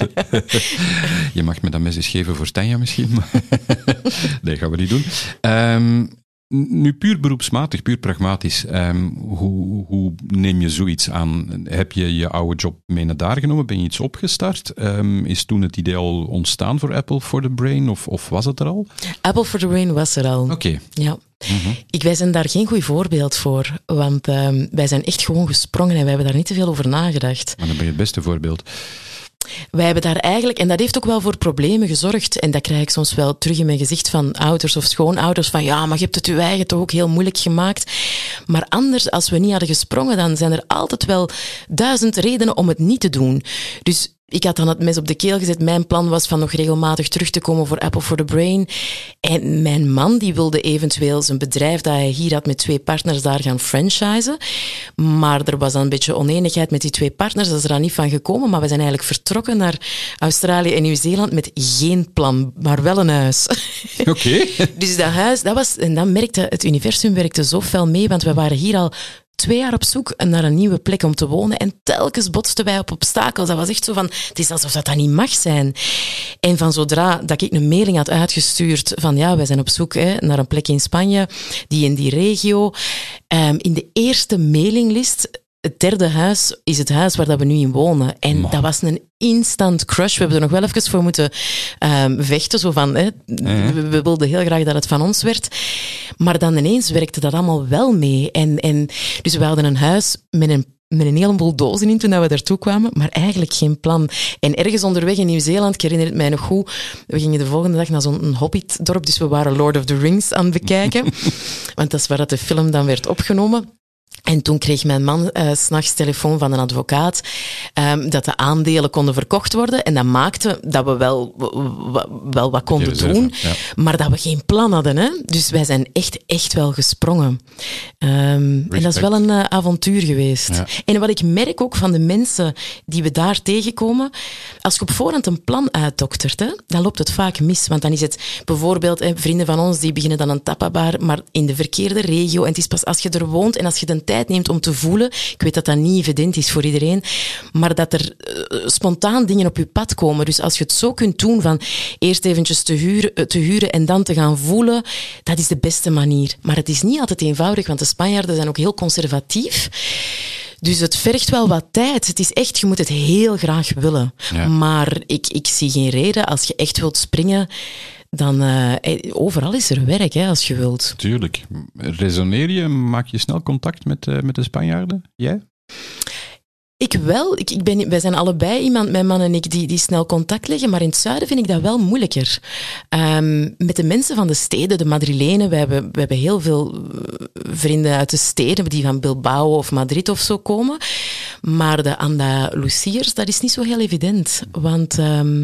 Je mag me dat mes eens geven voor Tanja misschien, maar nee, gaan we niet doen. Um, Nu puur beroepsmatig, puur pragmatisch, um, hoe, hoe neem je zoiets aan? Heb je je oude job mee naar daar genomen? Ben je iets opgestart? Um, is toen het idee al ontstaan voor Apple for the Brain of, of was het er al? Apple for the Brain was er al. Oké. Okay. Ja. Mm-hmm. Ik, wij zijn daar geen goed voorbeeld voor, want um, wij zijn echt gewoon gesprongen en wij hebben daar niet te veel over nagedacht. Maar dan ben je het beste voorbeeld. Wij hebben daar eigenlijk, en dat heeft ook wel voor problemen gezorgd, en dat krijg ik soms wel terug in mijn gezicht van ouders of schoonouders, van ja, maar je hebt het je eigen toch ook heel moeilijk gemaakt. Maar anders, als we niet hadden gesprongen, dan zijn er altijd wel duizend redenen om het niet te doen. Dus ik had dan het mes op de keel gezet. Mijn plan was van nog regelmatig terug te komen voor Apple for the Brain. En mijn man die wilde eventueel zijn bedrijf dat hij hier had met twee partners daar gaan franchisen. Maar er was dan een beetje oneenigheid met die twee partners. Dat is er dan niet van gekomen. Maar we zijn eigenlijk vertrokken naar Australië en Nieuw-Zeeland met geen plan, maar wel een huis. Oké. Okay. Dus dat huis, dat was... En dan merkte het universum werkte zo fel mee, want we waren hier al twee jaar op zoek naar een nieuwe plek om te wonen en telkens botsten wij op obstakels. Dat was echt zo van, het is alsof dat, dat niet mag zijn. En van zodra dat ik een mailing had uitgestuurd van ja, wij zijn op zoek hè, naar een plek in Spanje, die in die regio, um, in de eerste mailinglist, het derde huis is het huis waar dat we nu in wonen. En Man. dat was een instant crush. We hebben er nog wel even voor moeten um, vechten. Zo van, hè, mm-hmm. we, we wilden heel graag dat het van ons werd. Maar dan ineens werkte dat allemaal wel mee. En, en, dus we hadden een huis met een met een heleboel dozen in toen we daartoe kwamen, maar eigenlijk geen plan. En ergens onderweg in Nieuw-Zeeland, ik herinner het mij nog goed, we gingen de volgende dag naar zo'n Hobbit-dorp, dus we waren Lord of the Rings aan het bekijken. Want dat is waar dat de film dan werd opgenomen. En toen kreeg mijn man uh, 's nachts telefoon van een advocaat um, dat de aandelen konden verkocht worden. En dat maakte dat we wel, w- wel wat konden doen, ja. maar dat we geen plan hadden. Hè? Dus wij zijn echt, echt wel gesprongen. Um, en dat is wel een uh, avontuur geweest. Ja. En wat ik merk ook van de mensen die we daar tegenkomen, als je op voorhand een plan uitdoktert, hè, dan loopt het vaak mis. Want dan is het bijvoorbeeld, hè, vrienden van ons die beginnen dan een tapabar, maar in de verkeerde regio. En het is pas als je er woont en als je de tijd neemt om te voelen. Ik weet dat dat niet evident is voor iedereen, maar dat er uh, spontaan dingen op je pad komen. Dus als je het zo kunt doen van eerst eventjes te huren, uh, te huren en dan te gaan voelen, dat is de beste manier. Maar het is niet altijd eenvoudig, want de Spanjaarden zijn ook heel conservatief. Dus het vergt wel wat tijd. Het is echt, je moet het heel graag willen. Ja. Maar ik, ik zie geen reden, als je echt wilt springen, dan uh, overal is er werk, hè, als je wilt. Tuurlijk. Resoneer je? Maak je snel contact met, uh, met de Spanjaarden? Jij? Ik wel. Ik, ik ben, wij zijn allebei iemand, mijn man en ik, die, die snel contact leggen. Maar in het zuiden vind ik dat wel moeilijker. Um, met de mensen van de steden, de Madrilenen, we hebben, we hebben heel veel vrienden uit de steden, die van Bilbao of Madrid of zo komen. Maar de Andalusiërs, dat is niet zo heel evident. Want Um,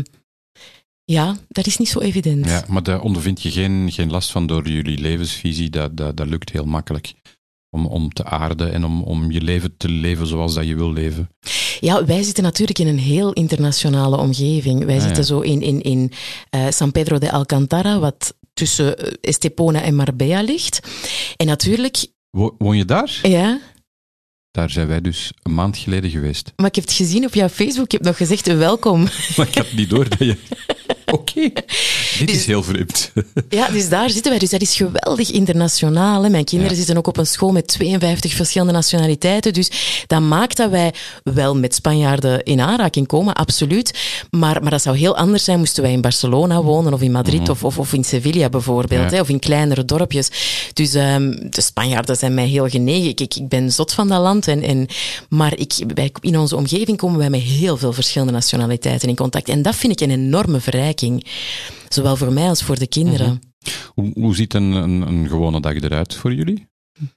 ja, dat is niet zo evident. Ja, maar daar ondervind je geen, geen last van door jullie levensvisie. Dat, dat, dat lukt heel makkelijk. Om, om te aarden en om, om je leven te leven zoals dat je wil leven. Ja, wij zitten natuurlijk in een heel internationale omgeving. Wij ah, zitten ja. zo in, in, in uh, San Pedro de Alcantara, wat tussen Estepona en Marbella ligt. En natuurlijk... Wo- woon je daar? Ja. Daar zijn wij dus een maand geleden geweest. Maar ik heb het gezien op jouw Facebook. Je hebt nog gezegd welkom. Maar ik heb niet door dat je... Oké, okay. Dit dus, is heel vreemd. Ja, dus daar zitten wij. Dus dat is geweldig internationaal. Hè. Mijn kinderen ja. zitten ook op een school met tweeënvijftig verschillende nationaliteiten. Dus dat maakt dat wij wel met Spanjaarden in aanraking komen, absoluut. Maar, maar dat zou heel anders zijn moesten wij in Barcelona wonen of in Madrid mm-hmm. of, of, of in Sevilla bijvoorbeeld. Ja. Hè, of in kleinere dorpjes. Dus um, de Spanjaarden zijn mij heel genegen. Ik, ik, ik ben zot van dat land. En, en, maar ik, wij, in onze omgeving komen wij met heel veel verschillende nationaliteiten in contact. En dat vind ik een enorme verrijking. Zowel voor mij als voor de kinderen. Mm-hmm. Hoe, hoe ziet een, een, een gewone dag eruit voor jullie?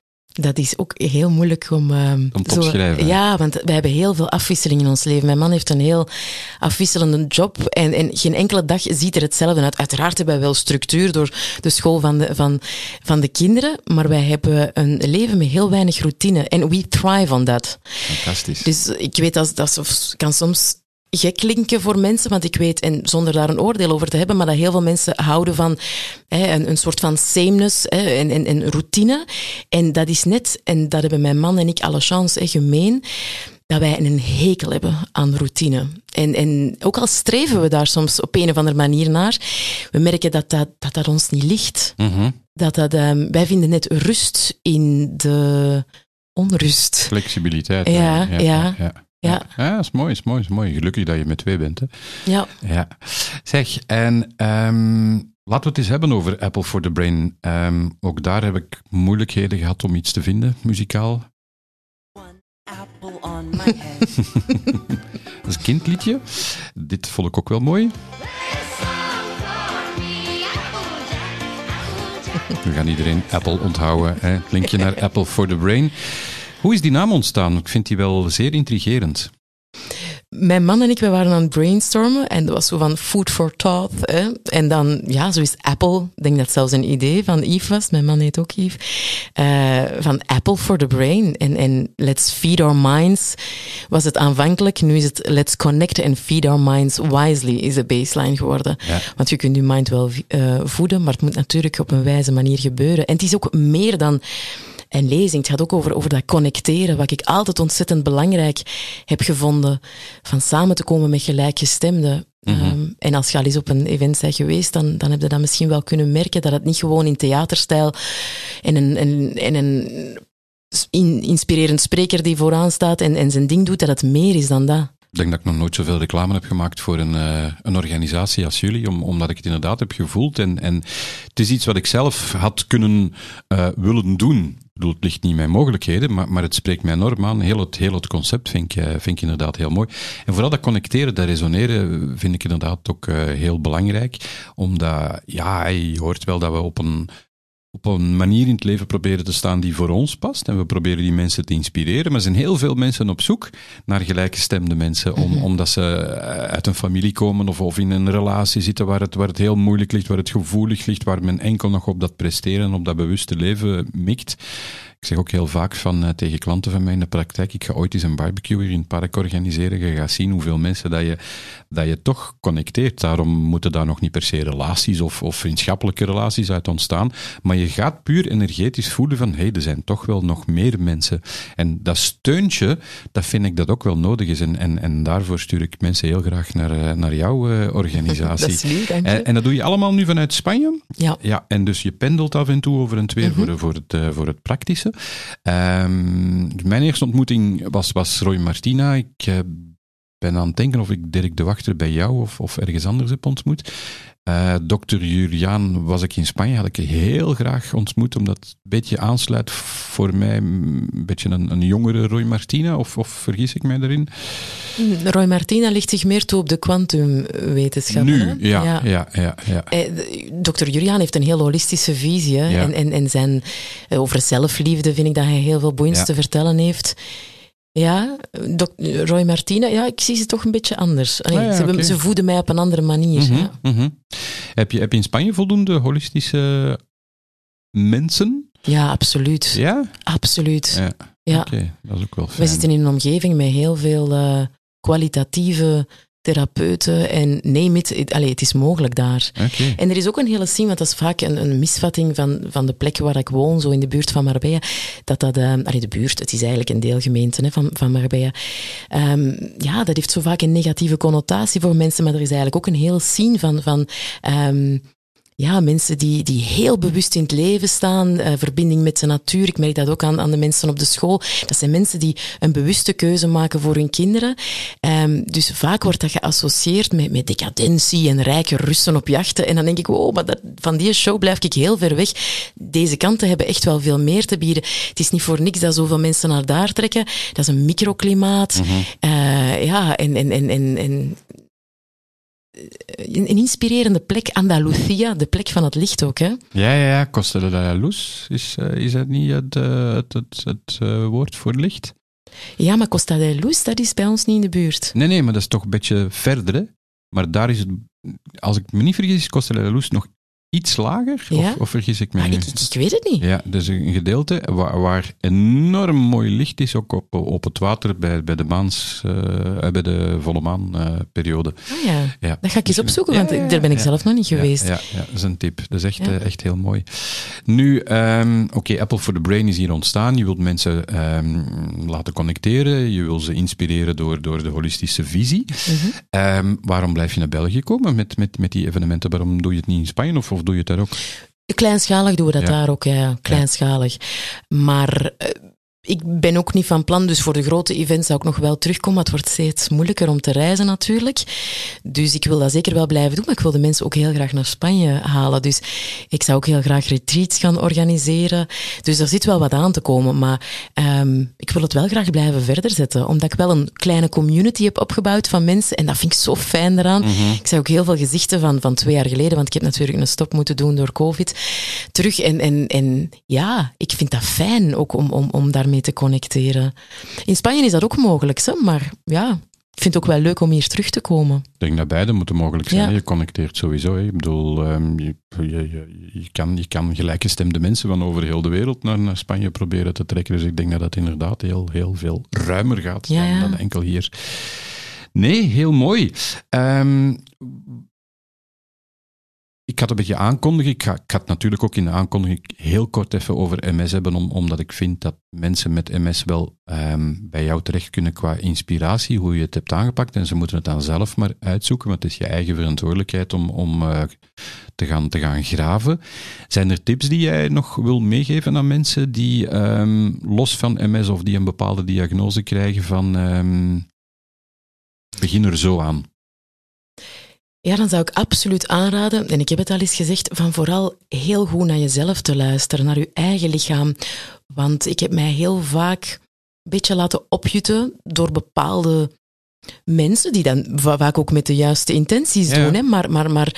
Dat is ook heel moeilijk om... Uh, om te opschrijven. Ja, want wij hebben heel veel afwisseling in ons leven. Mijn man heeft een heel afwisselende job en, en geen enkele dag ziet er hetzelfde uit. Uiteraard hebben wij wel structuur door de school van de, van, van de kinderen, maar wij hebben een leven met heel weinig routine. En we thrive on that. Fantastisch. Dus ik weet dat dat kan soms gek klinken voor mensen, want ik weet, en zonder daar een oordeel over te hebben, maar dat heel veel mensen houden van hè, een, een soort van sameness hè, en, en, en routine. En dat is net, en dat hebben mijn man en ik alle chance hè, gemeen, dat wij een hekel hebben aan routine. En, en ook al streven we daar soms op een of andere manier naar, we merken dat dat, dat, dat ons niet ligt. Mm-hmm. Dat dat, um, wij vinden net rust in de onrust. Flexibiliteit. Ja, ja. ja. ja. ja. Ja. ja, dat is mooi, is mooi, is mooi. Gelukkig dat je met twee bent. Hè. Ja. ja. Zeg, en um, laten we het eens hebben over Apple for the Brain. Um, ook daar heb ik moeilijkheden gehad om iets te vinden, muzikaal. One apple on my head. Dat is een kindliedje. Dit vond ik ook wel mooi. We gaan iedereen Apple onthouden. Hè. Het linkje naar Apple for the Brain. Hoe is die naam ontstaan? Ik vind die wel zeer intrigerend. Mijn man en ik, we waren aan het brainstormen en dat was zo van food for thought. Hè? En dan, ja, zo is Apple. Ik denk dat het zelfs een idee van Yves was. Mijn man heet ook Yves. Uh, van Apple for the brain. En, en let's feed our minds was het aanvankelijk. Nu is het let's connect and feed our minds wisely is de baseline geworden. Ja. Want je kunt je mind wel uh, voeden, maar het moet natuurlijk op een wijze manier gebeuren. En het is ook meer dan... En lezing, het gaat ook over, over dat connecteren, wat ik altijd ontzettend belangrijk heb gevonden, van samen te komen met gelijkgestemden. Mm-hmm. Um, en als je al eens op een event bent geweest, dan, dan heb je dat misschien wel kunnen merken, dat het niet gewoon in theaterstijl en een, en, en een in, inspirerend spreker die vooraan staat en, en zijn ding doet, dat het meer is dan dat. Ik denk dat ik nog nooit zoveel reclame heb gemaakt voor een, uh, een organisatie als jullie, om, omdat ik het inderdaad heb gevoeld. En, en het is iets wat ik zelf had kunnen uh, willen doen. Ik bedoel, het ligt niet in mijn mogelijkheden, maar, maar het spreekt mij enorm aan. Heel het, heel het concept vind ik, uh, vind ik inderdaad heel mooi. En vooral dat connecteren, dat resoneren, vind ik inderdaad ook uh, heel belangrijk. Omdat, ja, je hoort wel dat we op een... op een manier in het leven proberen te staan die voor ons past. En we proberen die mensen te inspireren. Maar er zijn heel veel mensen op zoek naar gelijkgestemde mensen. Om, mm-hmm. Omdat ze uit een familie komen of, of in een relatie zitten waar het, waar het heel moeilijk ligt, waar het gevoelig ligt, waar men enkel nog op dat presteren en op dat bewuste leven mikt. Ik zeg ook heel vaak van, uh, tegen klanten van mij in de praktijk, ik ga ooit eens een barbecue hier in het park organiseren. Je gaat zien hoeveel mensen dat je, dat je toch connecteert. Daarom moeten daar nog niet per se relaties of, of vriendschappelijke relaties uit ontstaan. Maar je gaat puur energetisch voelen van, hé, hey, er zijn toch wel nog meer mensen. En dat steuntje, dat vind ik dat ook wel nodig is. En, en, en daarvoor stuur ik mensen heel graag naar, naar jouw uh, organisatie. Dat is lief, dank je. En, en dat doe je allemaal nu vanuit Spanje? Ja. Ja, en dus je pendelt af en toe over en weer mm-hmm. voor, voor, het, uh, voor het praktische. Um, mijn eerste ontmoeting was, was Roy Martina. Ik uh, ben aan het denken of ik Dirk de Wachter bij jou of, of ergens anders heb ontmoet. Uh, dokter Juliaan was ik in Spanje, had ik heel graag ontmoet, omdat het een beetje aansluit voor mij een beetje een, een jongere Roy Martina, of, of vergis ik mij daarin? Roy Martina ligt zich meer toe op de kwantumwetenschappen. Nu, hè? ja, ja. ja, ja, ja. Eh, dokter Juliaan heeft een heel holistische visie. Hè? Ja. En, en, en zijn, over zelfliefde vind ik dat hij heel veel boeiends ja. te vertellen heeft. Ja, Dok- Roy Martina, ja, ik zie ze toch een beetje anders. Allee, ah, ja, ze, okay. ze voeden mij op een andere manier. Mm-hmm, ja. mm-hmm. Heb je, heb je in Spanje voldoende holistische mensen? Ja, absoluut. Ja? Absoluut. Ja. Ja. Oké, okay, dat is ook wel fijn. We zitten in een omgeving met heel veel uh, kwalitatieve therapeuten en name it, allee, het is mogelijk daar. Okay. En er is ook een hele scene, want dat is vaak een, een misvatting van, van de plek waar ik woon, zo in de buurt van Marbella, dat dat, uh, allee, de buurt, het is eigenlijk een deelgemeente hè, van, van Marbella. Um, ja, dat heeft zo vaak een negatieve connotatie voor mensen, maar er is eigenlijk ook een hele scene van, van um, ja, mensen die, die heel bewust in het leven staan, uh, verbinding met de natuur. Ik merk dat ook aan, aan de mensen op de school. Dat zijn mensen die een bewuste keuze maken voor hun kinderen. Um, dus vaak wordt dat geassocieerd met, met decadentie en rijke Russen op jachten. En dan denk ik, oh, maar dat, van die show blijf ik heel ver weg. Deze kanten hebben echt wel veel meer te bieden. Het is niet voor niks dat zoveel mensen naar daar trekken. Dat is een microklimaat. Mm-hmm. Uh, ja, en... en, en, en, en Een, een inspirerende plek, Andalucía, de plek van het licht ook, hè? Ja, ja, ja. Costa de la Luz, is, uh, is dat niet het, uh, het, het, het uh, woord voor licht? Ja, maar Costa de la Luz, dat is bij ons niet in de buurt. Nee, nee, maar dat is toch een beetje verder, hè? Maar daar is het, als ik me niet vergis, is Costa de la Luz nog iets lager? Ja? Of, of vergis ik me ah, nu? Ik, ik, ik weet het niet. Ja, dat is een gedeelte waar, waar enorm mooi licht is, ook op, op het water bij, bij de maans, uh, bij de volle maanperiode. Uh, ah ja. ja, dat ga ik eens opzoeken, ja, want ja, ja, daar ben ik ja, zelf nog niet geweest. Ja, ja, ja, dat is een tip. Dat is echt, ja. uh, echt heel mooi. Nu, um, oké, okay, Apple for the Brain is hier ontstaan. Je wilt mensen um, laten connecteren, je wil ze inspireren door, door de holistische visie. Mm-hmm. Um, waarom blijf je naar België komen met, met, met die evenementen? Waarom doe je het niet in Spanje of Of doe je het daar ook? Kleinschalig doen we dat ja. daar ook, ja. Kleinschalig. Ja. Maar uh, ik ben ook niet van plan, dus voor de grote events zou ik nog wel terugkomen. Het wordt steeds moeilijker om te reizen natuurlijk. Dus ik wil dat zeker wel blijven doen, maar ik wil de mensen ook heel graag naar Spanje halen. Dus ik zou ook heel graag retreats gaan organiseren. Dus er zit wel wat aan te komen, maar um, ik wil het wel graag blijven verder zetten. Omdat ik wel een kleine community heb opgebouwd van mensen en dat vind ik zo fijn eraan. Mm-hmm. Ik zag ook heel veel gezichten van, van twee jaar geleden, want ik heb natuurlijk een stop moeten doen door COVID, terug. En, en, en ja, ik vind dat fijn ook om, om, om daarmee te connecteren. In Spanje is dat ook mogelijk, hè? Maar ja, ik vind het ook wel leuk om hier terug te komen. Ik denk dat beide moeten mogelijk zijn. Ja. Je connecteert sowieso. Hè. Ik bedoel, um, je, je, je, je, kan, je kan gelijkgestemde mensen van over heel de wereld naar, naar Spanje proberen te trekken. Dus ik denk dat dat inderdaad heel, heel veel ruimer gaat ja, ja. dan, dan enkel hier. Nee, heel mooi. Um, Ik had een beetje aankondigen. Ik, ga, ik had natuurlijk ook in de aankondiging heel kort even over M S hebben, om, omdat ik vind dat mensen met M S wel um, bij jou terecht kunnen qua inspiratie, hoe je het hebt aangepakt. En ze moeten het dan zelf maar uitzoeken, want het is je eigen verantwoordelijkheid om, om uh, te, gaan, te gaan graven. Zijn er tips die jij nog wil meegeven aan mensen die um, los van M S of die een bepaalde diagnose krijgen van um, begin er zo aan? Ja, dan zou ik absoluut aanraden, en ik heb het al eens gezegd, van vooral heel goed naar jezelf te luisteren, naar je eigen lichaam. Want ik heb mij heel vaak een beetje laten opjutten door bepaalde mensen, die dan vaak ook met de juiste intenties ja. doen, hè, maar, maar, maar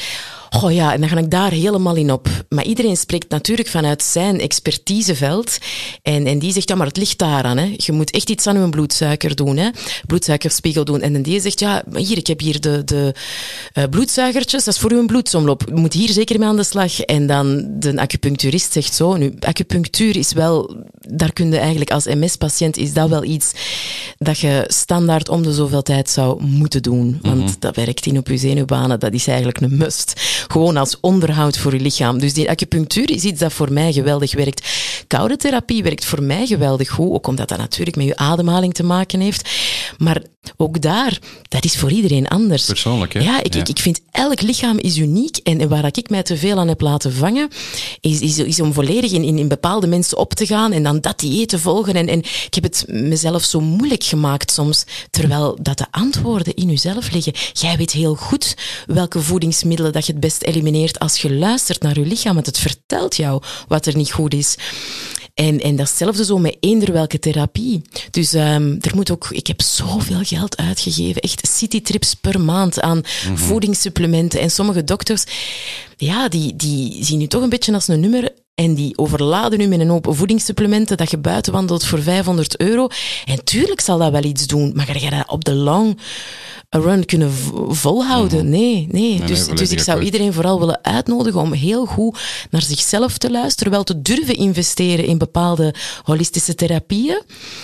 Oh ja, en dan ga ik daar helemaal in op. Maar iedereen spreekt natuurlijk vanuit zijn expertiseveld. En, en die zegt, ja, maar het ligt daaraan. Hè. Je moet echt iets aan je bloedsuiker doen. Hè. Bloedsuikerspiegel doen. En die zegt, ja, hier, ik heb hier de, de uh, bloedsuikertjes. Dat is voor uw bloedsomloop. Je moet hier zeker mee aan de slag. En dan de acupuncturist zegt zo. Nu, acupunctuur is wel... Daar kun je eigenlijk als M S-patiënt... Is dat wel iets dat je standaard om de zoveel tijd zou moeten doen. Want mm-hmm. dat werkt in op je zenuwbanen. Dat is eigenlijk een must. Gewoon als onderhoud voor je lichaam. Dus die acupunctuur is iets dat voor mij geweldig werkt. Koude therapie werkt voor mij geweldig goed, ook omdat dat natuurlijk met je ademhaling te maken heeft. Maar ook daar, dat is voor iedereen anders. Persoonlijk, hè? Ja, ik, ja. ik, ik vind elk lichaam is uniek. En, en waar ik mij te veel aan heb laten vangen, is, is, is om volledig in, in, in bepaalde mensen op te gaan en dan dat dieet te volgen. En, en ik heb het mezelf zo moeilijk gemaakt soms, terwijl dat de antwoorden in jezelf liggen. Jij weet heel goed welke voedingsmiddelen dat je het best elimineert als je luistert naar je lichaam, want het vertelt jou wat er niet goed is. En, en datzelfde zo met eender welke therapie. Dus um, er moet ook... Ik heb zoveel geld uitgegeven. Echt citytrips per maand aan mm-hmm. voedingssupplementen. En sommige dokters, ja, die, die zien je toch een beetje als een nummer. En die overladen u met een hoop voedingssupplementen dat je buiten wandelt voor vijfhonderd euro. En tuurlijk zal dat wel iets doen. Maar ga je dat op de long run kunnen volhouden? Nee, nee. nee dus, nee, dus ik zou akkoord. iedereen vooral willen uitnodigen om heel goed naar zichzelf te luisteren. Wel te durven investeren in bepaalde holistische therapieën.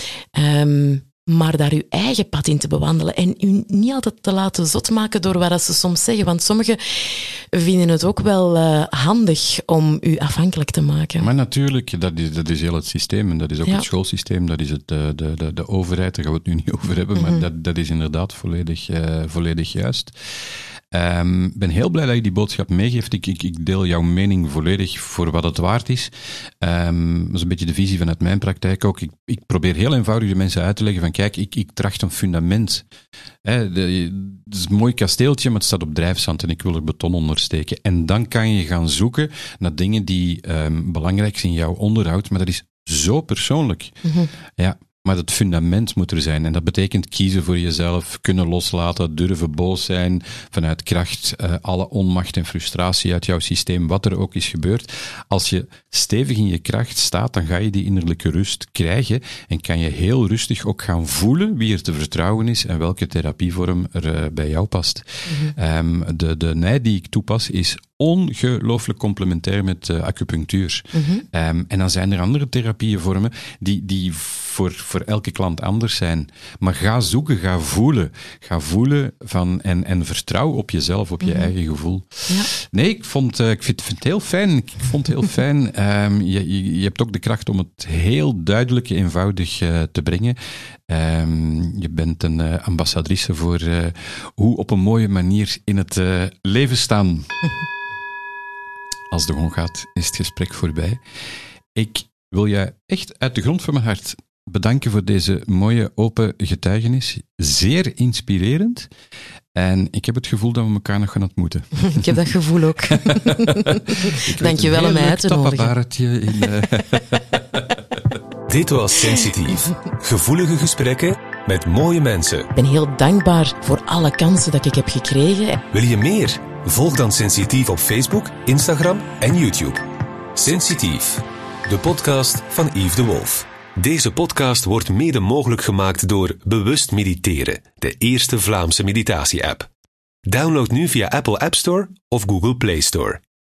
Um, maar daar uw eigen pad in te bewandelen. En u niet altijd te laten zot maken door wat ze soms zeggen. Want sommigen vinden het ook wel uh, handig om u afhankelijk te maken. Maar natuurlijk, dat is, dat is heel het systeem. En dat is ook ja. het schoolsysteem. Dat is het, de, de, de overheid. Daar gaan we het nu niet over hebben. Mm-hmm. Maar dat, dat is inderdaad volledig, uh, volledig juist. Ik um, ben heel blij dat je die boodschap meegeeft. Ik, ik, ik deel jouw mening volledig voor wat het waard is. Um, dat is een beetje de visie vanuit mijn praktijk ook. Ik, ik probeer heel eenvoudig de mensen uit te leggen van kijk, ik, ik tracht een fundament. Hè, de, het is een mooi kasteeltje, maar het staat op drijfzand en ik wil er beton onder steken. En dan kan je gaan zoeken naar dingen die um, belangrijk zijn in jouw onderhoud, maar dat is zo persoonlijk. Mm-hmm. Ja. Maar het fundament moet er zijn. En dat betekent kiezen voor jezelf, kunnen loslaten, durven boos zijn, vanuit kracht, uh, alle onmacht en frustratie uit jouw systeem, wat er ook is gebeurd. Als je stevig in je kracht staat, dan ga je die innerlijke rust krijgen en kan je heel rustig ook gaan voelen wie er te vertrouwen is en welke therapievorm er uh, bij jou past. Mm-hmm. Um, de, de nei die ik toepas is ongelooflijk complementair met uh, acupunctuur. Mm-hmm. Um, en dan zijn er andere therapievormen die, die voor, voor elke klant anders zijn. Maar ga zoeken, ga voelen. Ga voelen van, en, en vertrouw op jezelf, op je mm-hmm. eigen gevoel. Ja. Nee, ik, vond, uh, ik vind, vind het heel fijn. Ik vond het heel fijn. Um, je, je, je hebt ook de kracht om het heel duidelijk, eenvoudig uh, te brengen. Um, je bent een uh, ambassadrice voor uh, hoe op een mooie manier in het uh, leven staan. Als de gong gaat, is het gesprek voorbij. Ik wil je echt uit de grond van mijn hart bedanken voor deze mooie open getuigenis. Zeer inspirerend. En ik heb het gevoel dat we elkaar nog gaan ontmoeten. Ik heb dat gevoel ook. Dank je wel om mij uit te nodigen. In, uh... Dit was Sensitief. Gevoelige gesprekken met mooie mensen. Ik ben heel dankbaar voor alle kansen dat ik heb gekregen. Wil je meer? Volg dan Sensitief op Facebook, Instagram en YouTube. Sensitief, de podcast van Yves de Wolf. Deze podcast wordt mede mogelijk gemaakt door Bewust Mediteren, de eerste Vlaamse meditatie-app. Download nu via Apple App Store of Google Play Store.